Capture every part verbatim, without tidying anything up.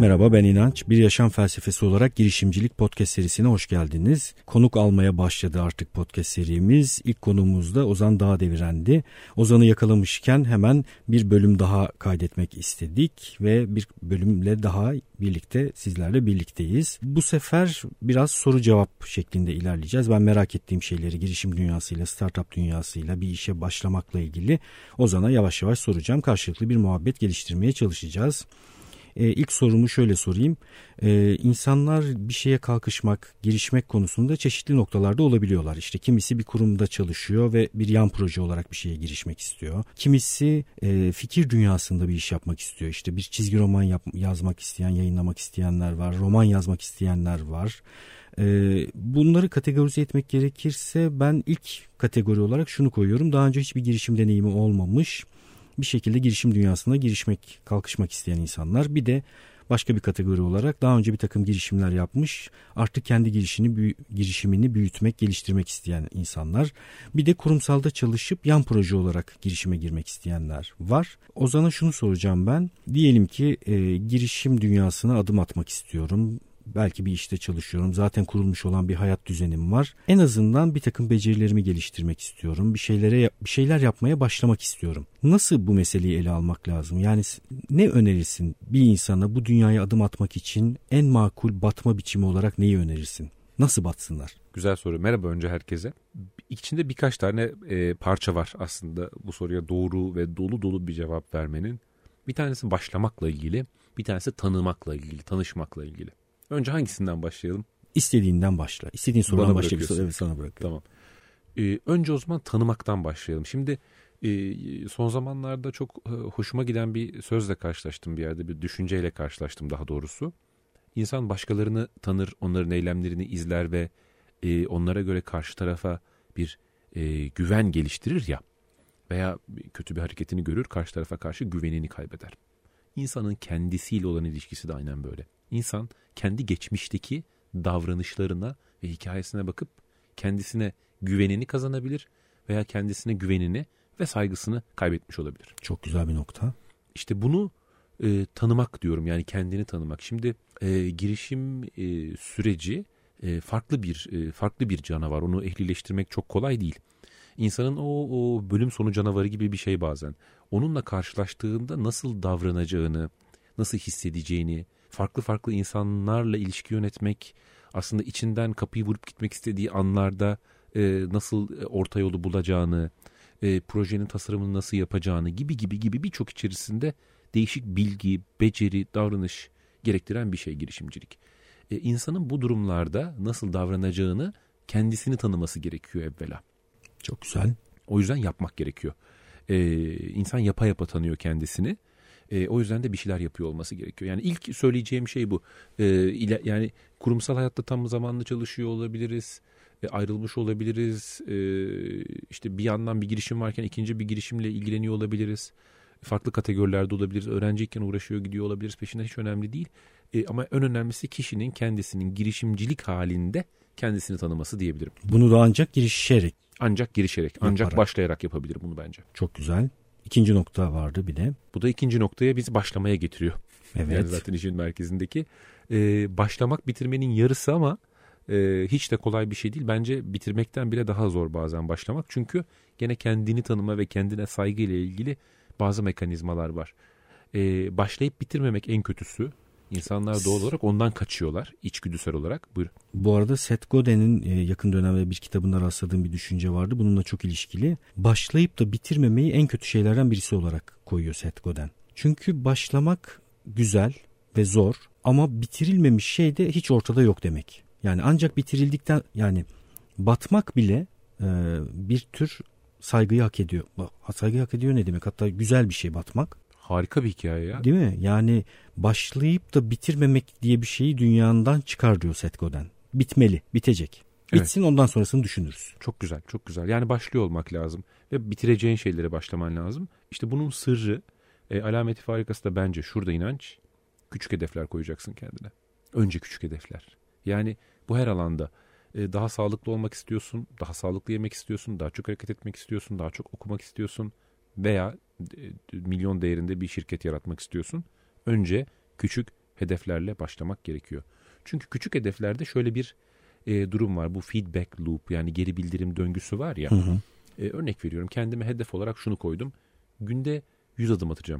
Merhaba, ben İnanç. Bir Yaşam Felsefesi olarak girişimcilik podcast serisine hoş geldiniz. Konuk almaya başladı artık podcast serimiz. İlk konuğumuz da Ozan Dağdeviren'di. Ozan'ı yakalamışken hemen bir bölüm daha kaydetmek istedik ve bir bölümle daha birlikte sizlerle birlikteyiz. Bu sefer biraz soru cevap şeklinde ilerleyeceğiz. Ben merak ettiğim şeyleri girişim dünyasıyla, startup dünyasıyla bir işe başlamakla ilgili Ozan'a yavaş yavaş soracağım. Karşılıklı bir muhabbet geliştirmeye çalışacağız. Ee, ilk sorumu şöyle sorayım. Ee, insanlar bir şeye kalkışmak, girişmek konusunda çeşitli noktalarda olabiliyorlar. İşte kimisi bir kurumda çalışıyor ve bir yan proje olarak bir şeye girişmek istiyor. Kimisi e, fikir dünyasında bir iş yapmak istiyor. İşte bir çizgi roman yap, yazmak isteyen, yayınlamak isteyenler var. Roman yazmak isteyenler var. Ee, bunları kategorize etmek gerekirse ben ilk kategori olarak şunu koyuyorum. Daha önce hiçbir girişim deneyimi olmamış, bir şekilde girişim dünyasına girişmek, kalkışmak isteyen insanlar. Bir de başka bir kategori olarak daha önce bir takım girişimler yapmış, artık kendi girişini, girişimini büyütmek, geliştirmek isteyen insanlar. Bir de kurumsalda çalışıp yan proje olarak girişime girmek isteyenler var. Ozan'a şunu soracağım ben. Diyelim ki e, girişim dünyasına adım atmak istiyorum. Belki bir işte çalışıyorum. Zaten kurulmuş olan bir hayat düzenim var. En azından bir takım becerilerimi geliştirmek istiyorum. Bir şeylere bir şeyler yapmaya başlamak istiyorum. Nasıl bu meseleyi ele almak lazım? Yani ne önerirsin bir insana bu dünyaya adım atmak için en makul batma biçimi olarak neyi önerirsin? Nasıl batsınlar? Güzel soru. Merhaba önce herkese. İçinde birkaç tane e, parça var aslında bu soruya doğru ve dolu dolu bir cevap vermenin. Bir tanesi başlamakla ilgili, bir tanesi tanımakla ilgili, tanışmakla ilgili. Önce hangisinden başlayalım? İstediğinden başla. İstediğin sorudan başlayabilirsin. Evet, sana bırakıyorum. Tamam. Ee, önce o zaman tanımaktan başlayalım. Şimdi e, son zamanlarda çok e, hoşuma giden bir sözle karşılaştım bir yerde. Bir düşünceyle karşılaştım daha doğrusu. İnsan başkalarını tanır, onların eylemlerini izler ve e, onlara göre karşı tarafa bir e, güven geliştirir ya. Veya kötü bir hareketini görür, karşı tarafa karşı güvenini kaybeder. İnsanın kendisiyle olan ilişkisi de aynen böyle. İnsan kendi geçmişteki davranışlarına ve hikayesine bakıp kendisine güvenini kazanabilir veya kendisine güvenini ve saygısını kaybetmiş olabilir. Çok güzel bir nokta. İşte bunu e, tanımak diyorum, yani kendini tanımak. Şimdi e, girişim e, süreci e, farklı bir e, farklı bir canavar. Onu ehlileştirmek çok kolay değil. İnsanın o, o bölüm sonu canavarı gibi bir şey bazen. Onunla karşılaştığında nasıl davranacağını, nasıl hissedeceğini, farklı farklı insanlarla ilişki yönetmek, aslında içinden kapıyı vurup gitmek istediği anlarda e, nasıl orta yolu bulacağını, e, projenin tasarımını nasıl yapacağını gibi gibi gibi birçok içerisinde değişik bilgi, beceri, davranış gerektiren bir şey girişimcilik. E, insanın bu durumlarda nasıl davranacağını kendisini tanıması gerekiyor evvela. Çok güzel. O yüzden yapmak gerekiyor. E, insan yapa yapa tanıyor kendisini. E, o yüzden de bir şeyler yapıyor olması gerekiyor. Yani ilk söyleyeceğim şey bu. E, ile, yani kurumsal hayatta tam zamanlı çalışıyor olabiliriz. E, ayrılmış olabiliriz. E, işte bir yandan bir girişim varken ikinci bir girişimle ilgileniyor olabiliriz. Farklı kategorilerde olabiliriz. Öğrenciyken uğraşıyor gidiyor olabiliriz. Peşinden hiç önemli değil. E, ama en önemlisi kişinin kendisinin girişimcilik halinde kendisini tanıması diyebilirim. Bunu da ancak girişerek. Ancak girişerek, ancak yaparak, başlayarak yapabilir bunu bence. Çok güzel. İkinci nokta vardı bir de. Bu da ikinci noktaya bizi başlamaya getiriyor. Evet. Yani zaten işin merkezindeki. Ee, başlamak bitirmenin yarısı ama e, hiç de kolay bir şey değil. Bence bitirmekten bile daha zor bazen başlamak. Çünkü gene kendini tanıma ve kendine saygı ile ilgili bazı mekanizmalar var. Ee, başlayıp bitirmemek en kötüsü. İnsanlar doğal olarak ondan kaçıyorlar içgüdüsel olarak. Buyur. Bu arada Seth Godin'in yakın dönemde bir kitabında rastladığım bir düşünce vardı. Bununla çok ilişkili. Başlayıp da bitirmemeyi en kötü şeylerden birisi olarak koyuyor Seth Godin. Çünkü başlamak güzel ve zor ama bitirilmemiş şey de hiç ortada yok demek. Yani ancak bitirildikten, yani batmak bile e, bir tür saygıyı hak ediyor. Saygıyı hak ediyor ne demek? Hatta güzel bir şey batmak. Harika bir hikaye ya. Değil mi? Yani başlayıp da bitirmemek diye bir şeyi dünyandan çıkar diyor Seth Godin. Bitmeli, bitecek. Bitsin, evet. Ondan sonrasını düşünürüz. Çok güzel, çok güzel. Yani başlıyor olmak lazım ve bitireceğin şeylere başlaman lazım. İşte bunun sırrı, e, alameti farikası da bence şurada inanç. Küçük hedefler koyacaksın kendine. Önce küçük hedefler. Yani bu her alanda. E, daha sağlıklı olmak istiyorsun, daha sağlıklı yemek istiyorsun, daha çok hareket etmek istiyorsun, daha çok okumak istiyorsun veya milyon değerinde bir şirket yaratmak istiyorsun. Önce küçük hedeflerle başlamak gerekiyor. Çünkü küçük hedeflerde şöyle bir e, durum var. Bu feedback loop, yani geri bildirim döngüsü var ya. Hı hı. E, örnek veriyorum, kendime hedef olarak şunu koydum. Günde yüz adım atacağım.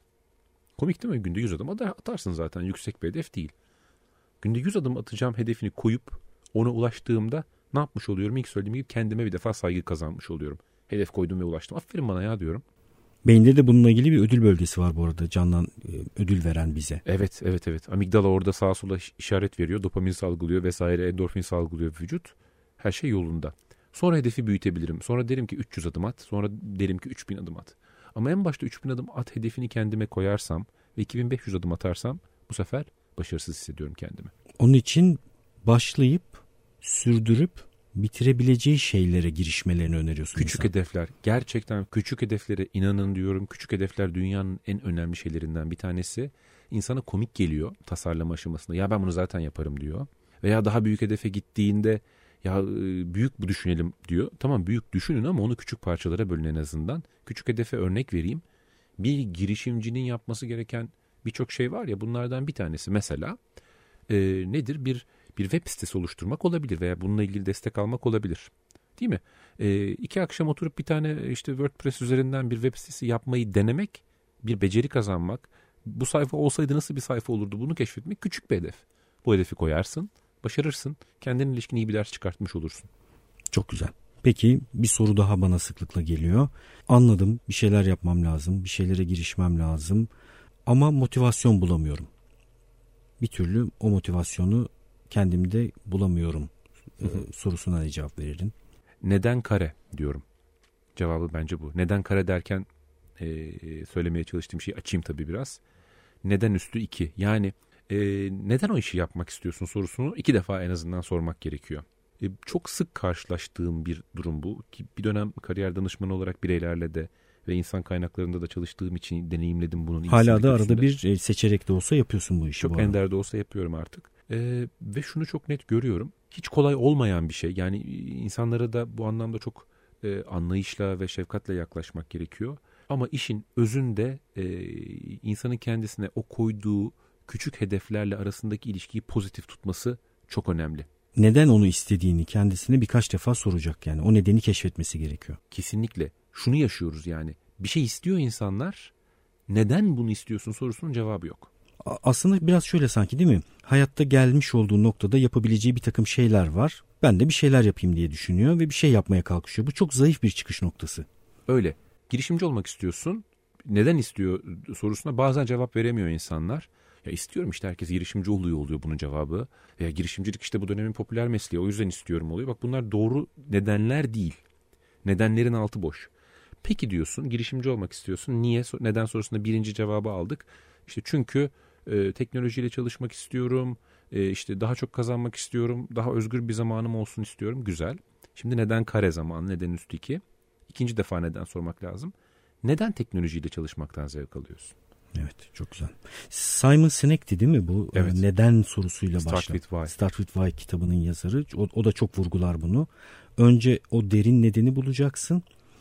Komik değil mi? Günde yüz adım atarsın zaten. Yüksek bir hedef değil. Günde yüz adım atacağım hedefini koyup ona ulaştığımda ne yapmış oluyorum? İlk söylediğim gibi kendime bir defa saygı kazanmış oluyorum. Hedef koydum ve ulaştım. Aferin bana ya diyorum. Beyinde de bununla ilgili bir ödül bölgesi var bu arada. Candan ödül veren bize. Evet, evet, evet. Amigdala orada sağa sola işaret veriyor. Dopamin salgılıyor vesaire. Endorfin salgılıyor vücut. Her şey yolunda. Sonra hedefi büyütebilirim. Sonra derim ki üç yüz adım at. Sonra derim ki üç bin adım at. Ama en başta üç bin adım at hedefini kendime koyarsam ve iki bin beş yüz adım atarsam bu sefer başarısız hissediyorum kendimi. Onun için başlayıp sürdürüp bitirebileceği şeylere girişmelerini öneriyorsun. Küçük insan. hedefler. Gerçekten küçük hedeflere inanın diyorum. Küçük hedefler dünyanın en önemli şeylerinden bir tanesi. İnsana komik geliyor tasarlama aşamasında. Ya ben bunu zaten yaparım diyor. Veya daha büyük hedefe gittiğinde ya büyük bu düşünelim diyor. Tamam, büyük düşünün ama onu küçük parçalara bölün en azından. Küçük hedefe örnek vereyim. Bir girişimcinin yapması gereken birçok şey var ya, bunlardan bir tanesi mesela e, nedir? Bir bir web sitesi oluşturmak olabilir veya bununla ilgili destek almak olabilir. Değil mi? E, iki akşam oturup bir tane işte WordPress üzerinden bir web sitesi yapmayı denemek, bir beceri kazanmak. Bu sayfa olsaydı nasıl bir sayfa olurdu, bunu keşfetmek küçük bir hedef. Bu hedefi koyarsın, başarırsın. Kendine ilişkin iyi bir ders çıkartmış olursun. Çok güzel. Peki bir soru daha bana sıklıkla geliyor. Anladım, bir şeyler yapmam lazım, bir şeylere girişmem lazım ama motivasyon bulamıyorum. Bir türlü o motivasyonu kendimde bulamıyorum ee, sorusuna ne cevap verirdin? Neden kare diyorum. Cevabı bence bu. Neden kare derken e, söylemeye çalıştığım şeyi açayım tabii biraz. Neden üstü iki. Yani e, neden o işi yapmak istiyorsun sorusunu iki defa en azından sormak gerekiyor. E, çok sık karşılaştığım bir durum bu. Ki bir dönem kariyer danışmanı olarak bireylerle de ve insan kaynaklarında da çalıştığım için deneyimledim bunun. Hala da arada bir seçerek de olsa yapıyorsun bu işi. Çok bu ender de olsa yapıyorum artık. Ee, ve şunu çok net görüyorum. Hiç kolay olmayan bir şey. Yani insanlara da bu anlamda çok e, anlayışla ve şefkatle yaklaşmak gerekiyor. Ama işin özünde e, insanın kendisine o koyduğu küçük hedeflerle arasındaki ilişkiyi pozitif tutması çok önemli. Neden onu istediğini kendisine birkaç defa soracak yani. O nedeni keşfetmesi gerekiyor. Kesinlikle. Şunu yaşıyoruz yani. Bir şey istiyor insanlar. Neden bunu istiyorsun sorusunun cevabı yok. Aslında biraz şöyle sanki, değil mi? Hayatta gelmiş olduğu noktada yapabileceği bir takım şeyler var. Ben de bir şeyler yapayım diye düşünüyor ve bir şey yapmaya kalkışıyor. Bu çok zayıf bir çıkış noktası. Öyle. Girişimci olmak istiyorsun. Neden istiyor sorusuna bazen cevap veremiyor insanlar. Ya istiyorum işte, herkes girişimci oluyor oluyor bunun cevabı. Veya girişimcilik işte bu dönemin popüler mesleği, o yüzden istiyorum oluyor. Bak, bunlar doğru nedenler değil. Nedenlerin altı boş. Peki diyorsun, girişimci olmak istiyorsun. Niye? Neden sorusunda birinci cevabı aldık. İşte çünkü e, teknolojiyle çalışmak istiyorum. E, işte daha çok kazanmak istiyorum. Daha özgür bir zamanım olsun istiyorum. Güzel. Şimdi neden kare zaman? Neden üstü iki? İkinci defa neden sormak lazım. Neden teknolojiyle çalışmaktan zevk alıyorsun? Evet, çok güzel. Simon Sinek'ti değil mi bu? Evet. Neden sorusuyla başlar. Start with Why. Start with Why kitabının yazarı. O, o da çok vurgular bunu. Önce o derin nedeni bulacaksın.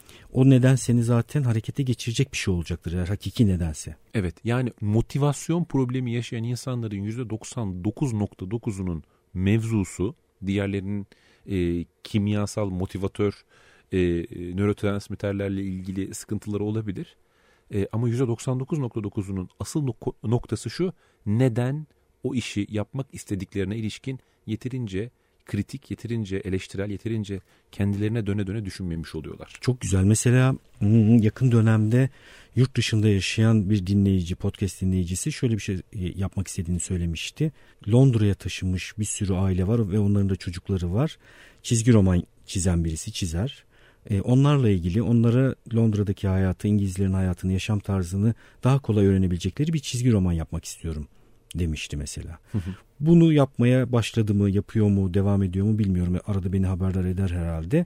O neden seni zaten harekete geçirecek bir şey olacaktır. Eğer hakiki nedense. Evet, yani motivasyon problemi yaşayan insanların yüzde doksan dokuz nokta dokuzunun mevzusu, diğerlerinin e, kimyasal motivatör, e, nörotransmitterlerle ilgili sıkıntıları olabilir. E, ama yüzde doksan dokuz nokta dokuzunun asıl nok- noktası şu: neden o işi yapmak istediklerine ilişkin yeterince kritik, yeterince eleştirel, yeterince kendilerine döne döne düşünmemiş oluyorlar. Çok güzel. Mesela yakın dönemde yurt dışında yaşayan bir dinleyici, podcast dinleyicisi şöyle bir şey yapmak istediğini söylemişti. Londra'ya taşınmış bir sürü aile var ve onların da çocukları var. Çizgi roman çizen birisi çizer. Onlarla ilgili, onlara Londra'daki hayatı, İngilizlerin hayatını, yaşam tarzını daha kolay öğrenebilecekleri bir çizgi roman yapmak istiyorum demişti mesela. Hı hı. Bunu yapmaya başladı mı, yapıyor mu, devam ediyor mu bilmiyorum. Arada beni haberdar eder herhalde.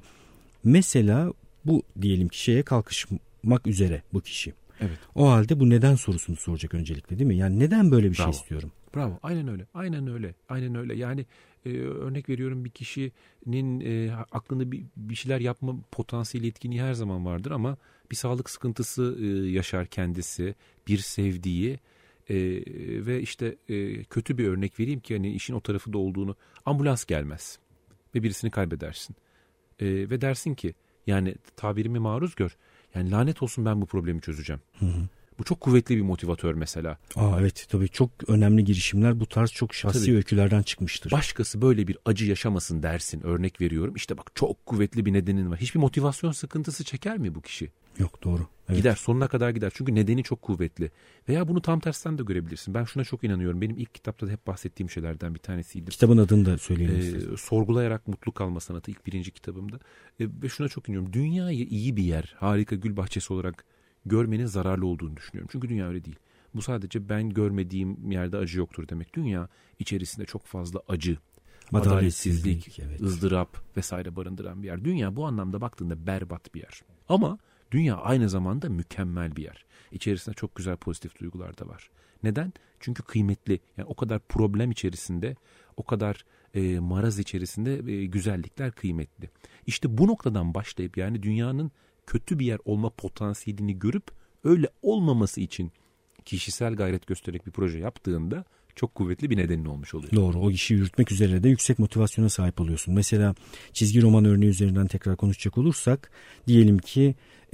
Mesela bu diyelim ki şeye kalkışmak üzere bu kişi. Evet. O halde bu neden sorusunu soracak öncelikle, değil mi? Yani neden böyle bir Bravo. şey istiyorum? Bravo. Aynen öyle. Aynen öyle. Aynen öyle. Yani e, örnek veriyorum, bir kişinin e, aklında bir, bir şeyler yapma potansiyeli, etkinliği her zaman vardır ama bir sağlık sıkıntısı e, yaşar kendisi, bir sevdiği. E, ve işte e, kötü bir örnek vereyim ki hani işin o tarafı da olduğunu, ambulans gelmez ve birisini kaybedersin. E, ve dersin ki yani tabirimi maruz gör. Yani lanet olsun ben bu problemi çözeceğim. Hı hı. Bu çok kuvvetli bir motivatör mesela. Aa, evet tabii çok önemli girişimler bu tarz çok şahsi tabii. öykülerden çıkmıştır. Başkası böyle bir acı yaşamasın dersin, örnek veriyorum. İşte bak çok kuvvetli bir nedenin var. Hiçbir motivasyon sıkıntısı çeker mi bu kişi? Yok, doğru. Evet. Gider, sonuna kadar gider. Çünkü nedeni çok kuvvetli. Veya bunu tam tersten de görebilirsin. Ben şuna çok inanıyorum. Benim ilk kitapta da hep bahsettiğim şeylerden bir tanesiydi. Kitabın adını da söyleyelim. Ee, Sorgulayarak Mutlu Kalma Sanatı, ilk birinci kitabımda. Ee, ve şuna çok inanıyorum. Dünyayı iyi bir yer, harika gül bahçesi olarak görmenin zararlı olduğunu düşünüyorum. Çünkü dünya öyle değil. Bu sadece ben görmediğim yerde acı yoktur demek. Dünya içerisinde çok fazla acı, adaletsizlik, evet. ızdırap vesaire barındıran bir yer. Dünya bu anlamda baktığında berbat bir yer. Ama dünya aynı zamanda mükemmel bir yer. İçerisinde çok güzel pozitif duygular da var. Neden? Çünkü kıymetli. Yani o kadar problem içerisinde, o kadar e, maraz içerisinde e, güzellikler kıymetli. İşte bu noktadan başlayıp yani dünyanın kötü bir yer olma potansiyelini görüp öyle olmaması için kişisel gayret göstererek bir proje yaptığında çok kuvvetli bir nedenin olmuş oluyor. Doğru. O işi yürütmek üzere de yüksek motivasyona sahip oluyorsun. Mesela çizgi roman örneği üzerinden tekrar konuşacak olursak diyelim ki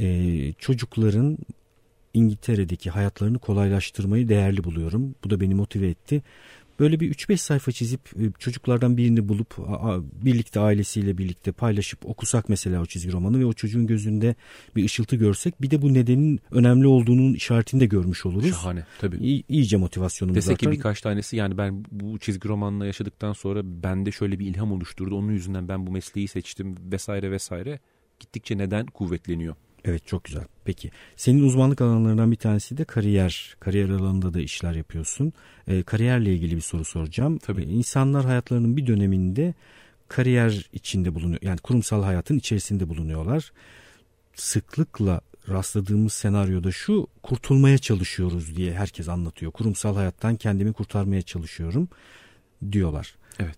e, çocukların İngiltere'deki hayatlarını kolaylaştırmayı değerli buluyorum. Bu da beni motive etti. Böyle bir üç beş sayfa çizip çocuklardan birini bulup birlikte ailesiyle birlikte paylaşıp okusak mesela o çizgi romanı ve o çocuğun gözünde bir ışıltı görsek bir de bu nedenin önemli olduğunun işaretini de görmüş oluruz. Şahane tabii. İyi, iyice motivasyonumuz Desek zaten. ki birkaç tanesi yani ben bu çizgi romanla yaşadıktan sonra bende şöyle bir ilham oluşturdu. Onun yüzünden ben bu mesleği seçtim vesaire vesaire. Gittikçe neden kuvvetleniyor. Evet, çok güzel. Peki senin uzmanlık alanlarından bir tanesi de kariyer. Kariyer alanında da işler yapıyorsun. E, kariyerle ilgili bir soru soracağım. Tabii. E, insanlar hayatlarının bir döneminde kariyer içinde bulunuyor. Yani kurumsal hayatın içerisinde bulunuyorlar. Sıklıkla rastladığımız senaryoda şu: kurtulmaya çalışıyoruz diye herkes anlatıyor. Kurumsal hayattan kendimi kurtarmaya çalışıyorum diyorlar. Evet.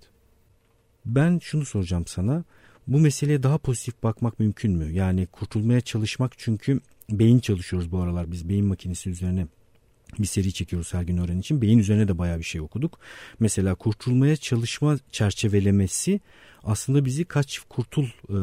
Ben şunu soracağım sana. Bu meseleye daha pozitif bakmak mümkün mü? Yani kurtulmaya çalışmak, çünkü beyin çalışıyoruz bu aralar. Biz beyin makinesi üzerine bir seri çekiyoruz her gün öğren için. Beyin üzerine de bayağı bir şey okuduk. Mesela kurtulmaya çalışma çerçevelemesi aslında bizi kaç kurtul e,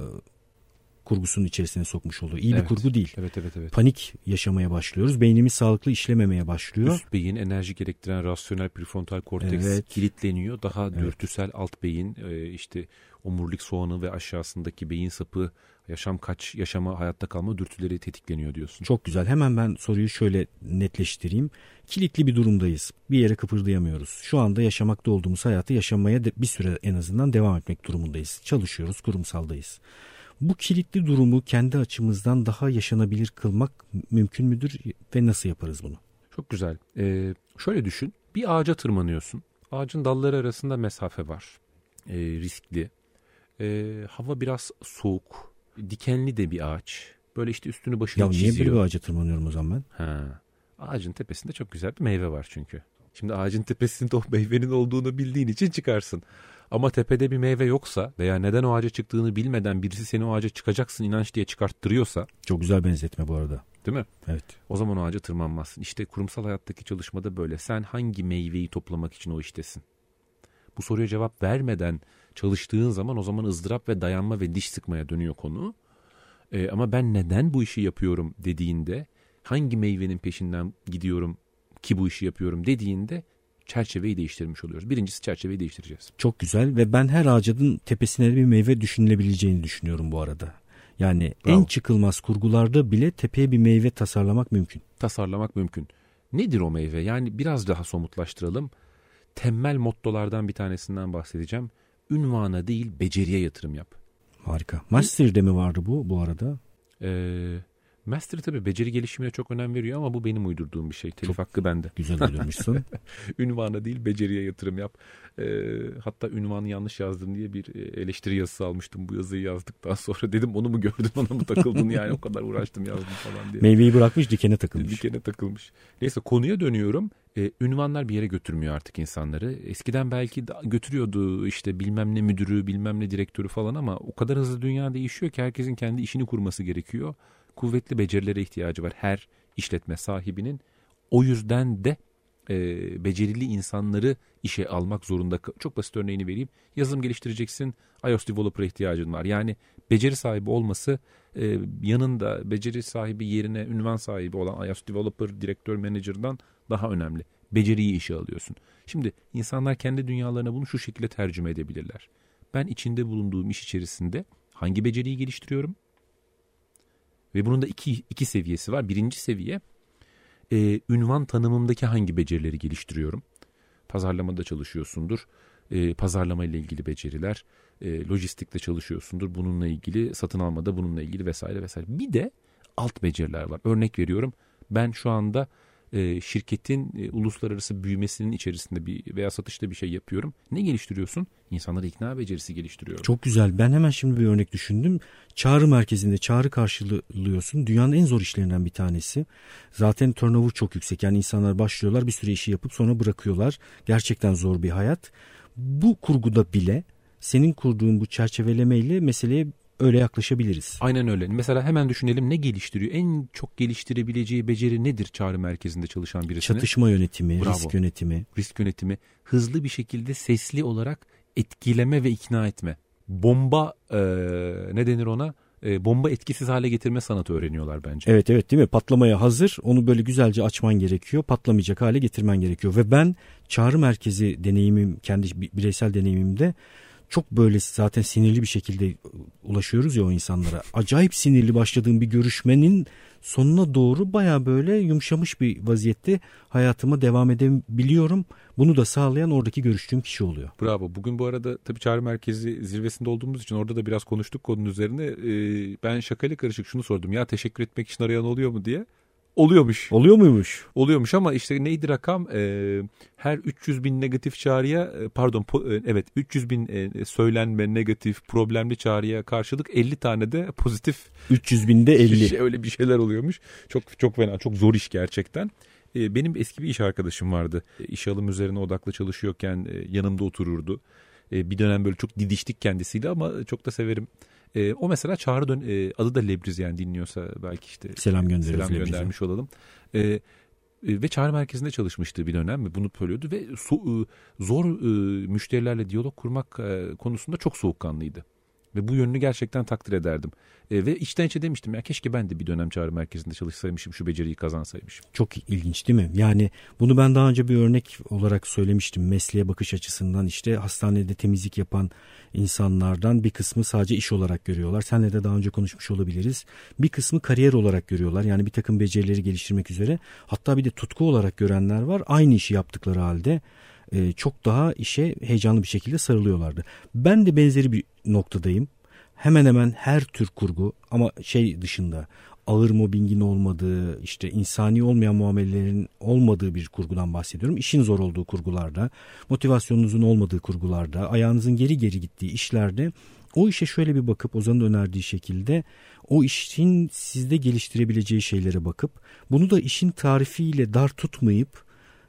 kurgusunun içerisine sokmuş oluyor. İyi evet. bir kurgu değil. Evet, evet, evet. Panik yaşamaya başlıyoruz. Beynimiz sağlıklı işlememeye başlıyor. Üst beyin, enerji gerektiren rasyonel prefrontal korteks evet. kilitleniyor. Daha evet. dürtüsel alt beyin, işte omurilik soğanı ve aşağısındaki beyin sapı, yaşam kaç, yaşama, hayatta kalma dürtüleri tetikleniyor diyorsun. Çok güzel. Hemen ben soruyu şöyle netleştireyim. Kilitli bir durumdayız. Bir yere kıpırdayamıyoruz. Şu anda yaşamakta olduğumuz hayatı yaşamaya bir süre en azından devam etmek durumundayız. Çalışıyoruz, kurumsaldayız. Bu kilitli durumu kendi açımızdan daha yaşanabilir kılmak mümkün müdür ve nasıl yaparız bunu? Çok güzel. Ee, şöyle düşün. Bir ağaca tırmanıyorsun. Ağacın dalları arasında mesafe var. Ee, riskli. Ee, hava biraz soğuk. Dikenli de bir ağaç. Böyle işte üstünü başını ya çiziyor. Ya niye böyle bir ağaca tırmanıyorum o zaman ben? Ha. Ağacın tepesinde çok güzel bir meyve var çünkü. Şimdi ağacın tepesinde o meyvenin olduğunu bildiğin için çıkarsın. Ama tepede bir meyve yoksa veya neden o ağaca çıktığını bilmeden birisi seni o ağaca çıkacaksın inanç diye çıkarttırıyorsa. Çok güzel benzetme bu arada. Değil mi? Evet. O zaman o ağaca tırmanmazsın. İşte kurumsal hayattaki çalışmada böyle. Sen hangi meyveyi toplamak için o iştesin? Bu soruya cevap vermeden çalıştığın zaman o zaman ızdırap ve dayanma ve diş sıkmaya dönüyor konu. Ee, ama ben neden bu işi yapıyorum dediğinde, hangi meyvenin peşinden gidiyorum ki bu işi yapıyorum dediğinde çerçeveyi değiştirmiş oluyoruz. Birincisi çerçeveyi değiştireceğiz. Çok güzel ve ben her ağacın tepesine bir meyve düşünülebileceğini düşünüyorum bu arada. Yani Bravo. En çıkılmaz kurgularda bile tepeye bir meyve tasarlamak mümkün. Tasarlamak mümkün. Nedir o meyve? Yani biraz daha somutlaştıralım. Temel mottolardan bir tanesinden bahsedeceğim. Ünvana değil beceriye yatırım yap. Harika. Master'de mi vardı bu bu arada? Eee... Master tabii beceri gelişimine çok önem veriyor ama bu benim uydurduğum bir şey. Telif çok hakkı bende. Güzel uydurmuşsun. Ünvana değil beceriye yatırım yap. Ee, hatta ünvanı yanlış yazdım diye bir eleştiri yazısı almıştım bu yazıyı yazdıktan sonra. Dedim onu mu gördün, ona mı takıldın yani, o kadar uğraştım yazdım falan diye. Meyveyi bırakmış, dikene takılmış. Dikene takılmış. Neyse, konuya dönüyorum. Ee, ünvanlar bir yere götürmüyor artık insanları. Eskiden belki götürüyordu işte bilmem ne müdürü, bilmem ne direktörü falan ama o kadar hızlı dünya değişiyor ki herkesin kendi işini kurması gerekiyor. Kuvvetli becerilere ihtiyacı var her işletme sahibinin. O yüzden de e, becerili insanları işe almak zorunda. Çok basit örneğini vereyim. Yazılım geliştireceksin, iOS developer ihtiyacın var. Yani beceri sahibi olması e, yanında beceri sahibi yerine ünvan sahibi olan iOS developer, direktör, manager'dan daha önemli. Beceriyi işe alıyorsun. Şimdi insanlar kendi dünyalarına bunu şu şekilde tercüme edebilirler. Ben içinde bulunduğum iş içerisinde hangi beceriyi geliştiriyorum? Ve bunun da iki, iki seviyesi var. Birinci seviye, e, ünvan tanımımdaki hangi becerileri geliştiriyorum? Pazarlamada çalışıyorsundur. E, pazarlama ile ilgili beceriler, e, lojistikte çalışıyorsundur. Bununla ilgili, satın almada bununla ilgili vesaire vesaire. Bir de alt beceriler var. Örnek veriyorum. Ben şu anda e, şirketin e, uluslararası büyümesinin içerisinde bir veya satışta bir şey yapıyorum. Ne geliştiriyorsun? İnsanları ikna becerisi geliştiriyorum. Çok güzel. Ben hemen şimdi bir örnek düşündüm. Çağrı merkezinde çağrı karşılıyorsun. Dünyanın en zor işlerinden bir tanesi. Zaten turnover çok yüksek. Yani insanlar başlıyorlar, bir süre işi yapıp sonra bırakıyorlar. Gerçekten zor bir hayat. Bu kurguda bile senin kurduğun bu çerçevelemeyle meseleye öyle yaklaşabiliriz. Aynen öyle. Mesela hemen düşünelim, ne geliştiriyor? En çok geliştirebileceği beceri nedir çağrı merkezinde çalışan birisinin? Çatışma yönetimi, Bravo. risk yönetimi. Risk yönetimi. Hızlı bir şekilde sesli olarak etkileme ve ikna etme. Bomba e, ne denir ona? E, bomba etkisiz hale getirme sanatı öğreniyorlar bence. Evet evet, değil mi? Patlamaya hazır. Onu böyle güzelce açman gerekiyor. Patlamayacak hale getirmen gerekiyor. Ve ben çağrı merkezi deneyimim, kendi bireysel deneyimimde çok böyle zaten sinirli bir şekilde ulaşıyoruz ya o insanlara. Acayip sinirli başladığım bir görüşmenin sonuna doğru baya böyle yumuşamış bir vaziyette hayatıma devam edebiliyorum. Bunu da sağlayan oradaki görüştüğüm kişi oluyor. Bravo. Bugün bu arada tabii çağrı merkezi zirvesinde olduğumuz için orada da biraz konuştuk konunun üzerine. Ee, ben şakayla karışık şunu sordum. Ya teşekkür etmek için arayan oluyor mu diye. Oluyormuş. Oluyor muymuş? Oluyormuş ama işte neydi rakam? Ee, her üç yüz bin negatif çağrıya, pardon po, evet üç yüz bin e, söylenme negatif problemli çağrıya karşılık elli tane de pozitif. üç yüz binde elli. Şey, öyle bir şeyler oluyormuş. Çok çok fena, çok zor iş gerçekten. Ee, benim eski bir iş arkadaşım vardı. İş alım üzerine odaklı çalışıyorken e, yanımda otururdu. E, bir dönem böyle çok didiştik kendisiyle ama çok da severim. E, o mesela çağrı dön e, adı da Lebriz, yani dinliyorsa belki işte selam göndeririz. Selam göndermiş olalım. E, e, ve çağrı merkezinde çalışmıştı bir dönem ve bunu söylüyordu ve so, e, zor e, müşterilerle diyalog kurmak e, konusunda çok soğukkanlıydı. Ve bu yönünü gerçekten takdir ederdim. E, ve içten içe demiştim ya, keşke ben de bir dönem çağrı merkezinde çalışsaymışım, şu beceriyi kazansaymışım. Çok ilginç değil mi? Yani bunu ben daha önce bir örnek olarak söylemiştim. Mesleğe bakış açısından işte hastanede temizlik yapan insanlardan bir kısmı sadece iş olarak görüyorlar. Seninle de daha önce konuşmuş olabiliriz. Bir kısmı kariyer olarak görüyorlar. Yani bir takım becerileri geliştirmek üzere. Hatta bir de tutku olarak görenler var. Aynı işi yaptıkları halde çok daha işe heyecanlı bir şekilde sarılıyorlardı. Ben de benzeri bir noktadayım. Hemen hemen her tür kurgu ama şey dışında, ağır mobbingin olmadığı, işte insani olmayan muamelelerin olmadığı bir kurgudan bahsediyorum. İşin zor olduğu kurgularda, motivasyonunuzun olmadığı kurgularda, ayağınızın geri geri gittiği işlerde o işe şöyle bir bakıp Ozan'ın önerdiği şekilde o işin sizde geliştirebileceği şeylere bakıp bunu da işin tarifiyle dar tutmayıp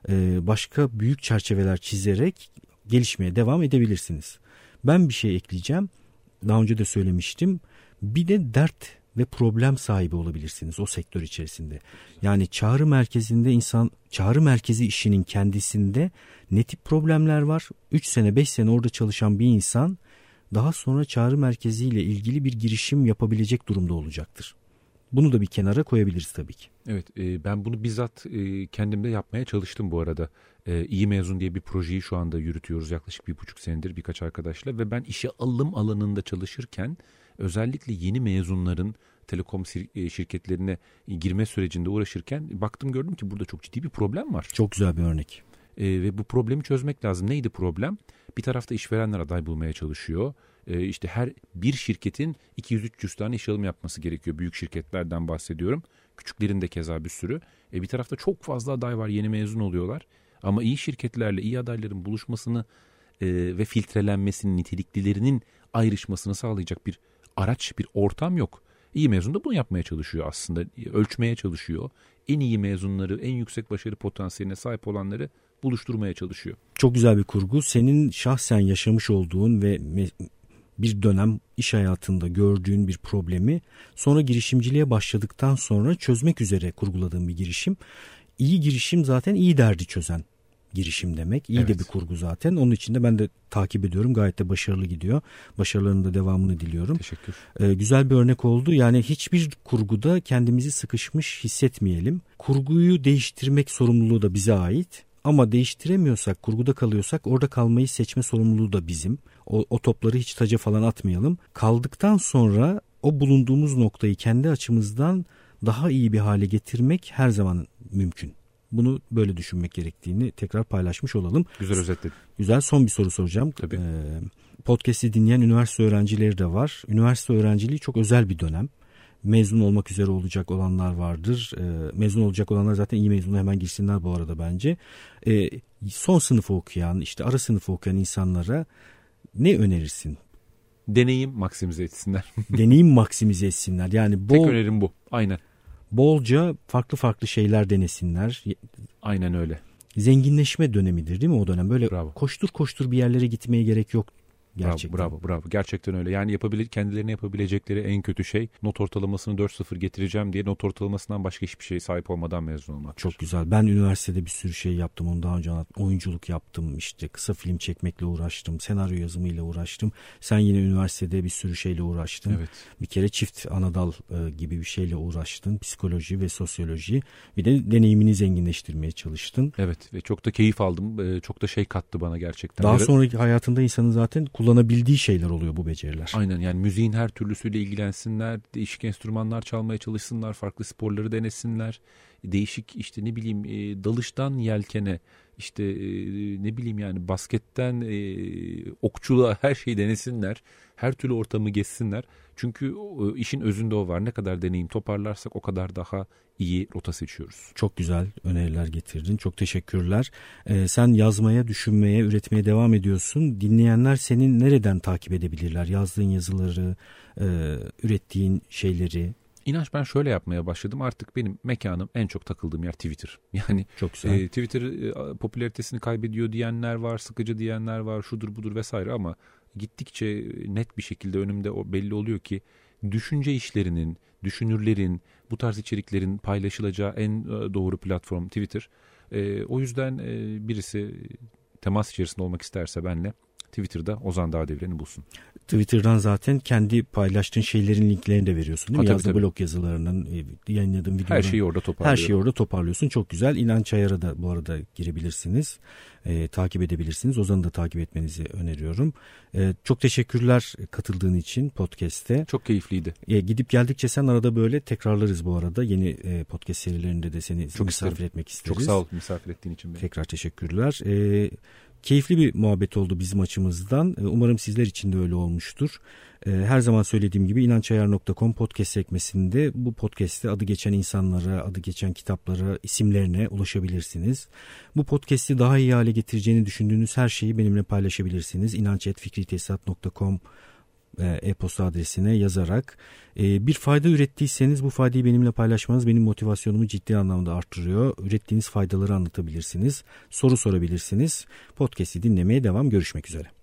başka büyük çerçeveler çizerek gelişmeye devam edebilirsiniz. Ben bir şey ekleyeceğim. Daha önce de söylemiştim. Bir de dert ve problem sahibi olabilirsiniz o sektör içerisinde. Yani çağrı merkezinde insan, çağrı merkezi işinin kendisinde ne tip problemler var? üç sene beş sene orada çalışan bir insan daha sonra çağrı merkeziyle ilgili bir girişim yapabilecek durumda olacaktır. Bunu da bir kenara koyabiliriz tabii ki. Evet, e, ben bunu bizzat e, kendimde yapmaya çalıştım bu arada. E, İyi Mezun diye bir projeyi şu anda yürütüyoruz yaklaşık bir buçuk senedir birkaç arkadaşla. Ve ben işe alım alanında çalışırken özellikle yeni mezunların telekom şirketlerine girme sürecinde uğraşırken baktım, gördüm ki burada çok ciddi bir problem var. Çok güzel bir örnek. E, ve bu problemi çözmek lazım. Neydi problem? Bir tarafta işverenler aday bulmaya çalışıyor. E, işte her bir şirketin iki yüz üç yüz tane iş alımı yapması gerekiyor. Büyük şirketlerden bahsediyorum. Küçüklerin de keza bir sürü. E, bir tarafta çok fazla aday var, yeni mezun oluyorlar. Ama iyi şirketlerle iyi adayların buluşmasını e, ve filtrelenmesini, niteliklilerinin ayrışmasını sağlayacak bir araç, bir ortam yok. İyi mezun da bunu yapmaya çalışıyor aslında. Ölçmeye çalışıyor. En iyi mezunları, en yüksek başarı potansiyeline sahip olanları buluşturmaya çalışıyor. Çok güzel bir kurgu. Senin şahsen yaşamış olduğun ve bir dönem iş hayatında gördüğün bir problemi sonra girişimciliğe başladıktan sonra çözmek üzere kurguladığın bir girişim. İyi girişim zaten iyi derdi çözen girişim demek. İyi evet. de bir kurgu zaten. Onun için de ben de takip ediyorum. Gayet de başarılı gidiyor. Başarılarının da devamını diliyorum. Teşekkür. Ee, güzel bir örnek oldu. Yani hiçbir kurguda kendimizi sıkışmış hissetmeyelim. Kurguyu değiştirmek sorumluluğu da bize ait. Ama değiştiremiyorsak, kurguda kalıyorsak orada kalmayı seçme sorumluluğu da bizim. O, o topları hiç taca falan atmayalım. Kaldıktan sonra o bulunduğumuz noktayı kendi açımızdan daha iyi bir hale getirmek her zaman mümkün. Bunu böyle düşünmek gerektiğini tekrar paylaşmış olalım. Güzel özetledin. Güzel, son bir soru soracağım. Tabii. Ee, podcast'i dinleyen üniversite öğrencileri de var. Üniversite öğrenciliği çok özel bir dönem. Mezun olmak üzere olacak olanlar vardır. Ee, mezun olacak olanlar zaten iyi mezunu, hemen girsinler bu arada bence. Ee, son sınıfı okuyan, işte ara sınıfı okuyan insanlara ne önerirsin? Deneyim maksimize etsinler. Deneyim maksimize etsinler. Yani bol, tek önerim bu. Aynen. Bolca farklı farklı şeyler denesinler. Aynen öyle. Zenginleşme dönemidir değil mi o dönem? Böyle bravo. koştur koştur bir yerlere gitmeye gerek yok. Gerçekten. Bravo, bravo, bravo. Gerçekten öyle. Yani yapabile- kendilerine yapabilecekleri en kötü şey not ortalamasını dört sıfır getireceğim diye not ortalamasından başka hiçbir şeye sahip olmadan mezun olmak. Çok güzel. Ben üniversitede bir sürü şey yaptım. Onu daha önce anlattım. Oyunculuk yaptım. İşte kısa film çekmekle uğraştım. Senaryo yazımıyla uğraştım. Sen yine üniversitede bir sürü şeyle uğraştın. Evet. Bir kere çift anadal e, gibi bir şeyle uğraştın. Psikoloji ve sosyoloji. Bir de deneyimini zenginleştirmeye çalıştın. Evet ve çok da keyif aldım. Ee, çok da şey kattı bana gerçekten. Daha evet. sonraki hayatında insanın zaten kullanabildiği şeyler oluyor bu beceriler. Aynen, yani müziğin her türlüsüyle ilgilensinler, değişik enstrümanlar çalmaya çalışsınlar, farklı sporları denesinler, değişik işte ne bileyim e, dalıştan yelkene, işte e, ne bileyim yani basketten e, okçuluğa her şeyi denesinler, her türlü ortamı gezsinler. Çünkü o, işin özünde o var. Ne kadar deneyim toparlarsak o kadar daha iyi rota seçiyoruz. Çok güzel öneriler getirdin. Çok teşekkürler. Ee, sen yazmaya, düşünmeye, üretmeye devam ediyorsun. Dinleyenler senin nereden takip edebilirler? Yazdığın yazıları, e, ürettiğin şeyleri. İnanç, ben şöyle yapmaya başladım. Artık benim mekanım, en çok takıldığım yer Twitter. Yani çok güzel. E, Twitter e, popülaritesini kaybediyor diyenler var, sıkıcı diyenler var, şudur budur vesaire, ama gittikçe net bir şekilde önümde o belli oluyor ki düşünce işlerinin, düşünürlerin, bu tarz içeriklerin paylaşılacağı en doğru platform Twitter. E, o yüzden e, birisi temas içerisinde olmak isterse benle Twitter'da Ozan Dağdeviren'i bulsun. Twitter'dan zaten kendi paylaştığın şeylerin linklerini de veriyorsun değil mi? Ha, Yazdığı blog yazılarının, yayınladığın videoların. Her şeyi orada toparlıyorum. Her şeyi orada toparlıyorsun. Çok güzel. İnanç Ayar'a da bu arada girebilirsiniz. E, takip edebilirsiniz. Ozan'ı da takip etmenizi öneriyorum. E, çok teşekkürler katıldığın için podcast'te. Çok keyifliydi. E, gidip geldikçe sen arada böyle tekrarlarız bu arada. Yeni e, podcast serilerinde de seni çok misafir isterim. etmek isteriz. Çok sağ ol misafir ettiğin için beni. Tekrar teşekkürler. E, Keyifli bir muhabbet oldu bizim açımızdan. Umarım sizler için de öyle olmuştur. Her zaman söylediğim gibi inançayar nokta com podcast sekmesinde bu podcast'te adı geçen insanlara, adı geçen kitaplara, isimlerine ulaşabilirsiniz. Bu podcast'i daha iyi hale getireceğini düşündüğünüz her şeyi benimle paylaşabilirsiniz. inanç et fikritesat nokta com e-posta adresine yazarak. Bir fayda ürettiyseniz bu faydayı benimle paylaşmanız benim motivasyonumu ciddi anlamda arttırıyor. Ürettiğiniz faydaları anlatabilirsiniz. Soru sorabilirsiniz. Podcast'i dinlemeye devam. Görüşmek üzere.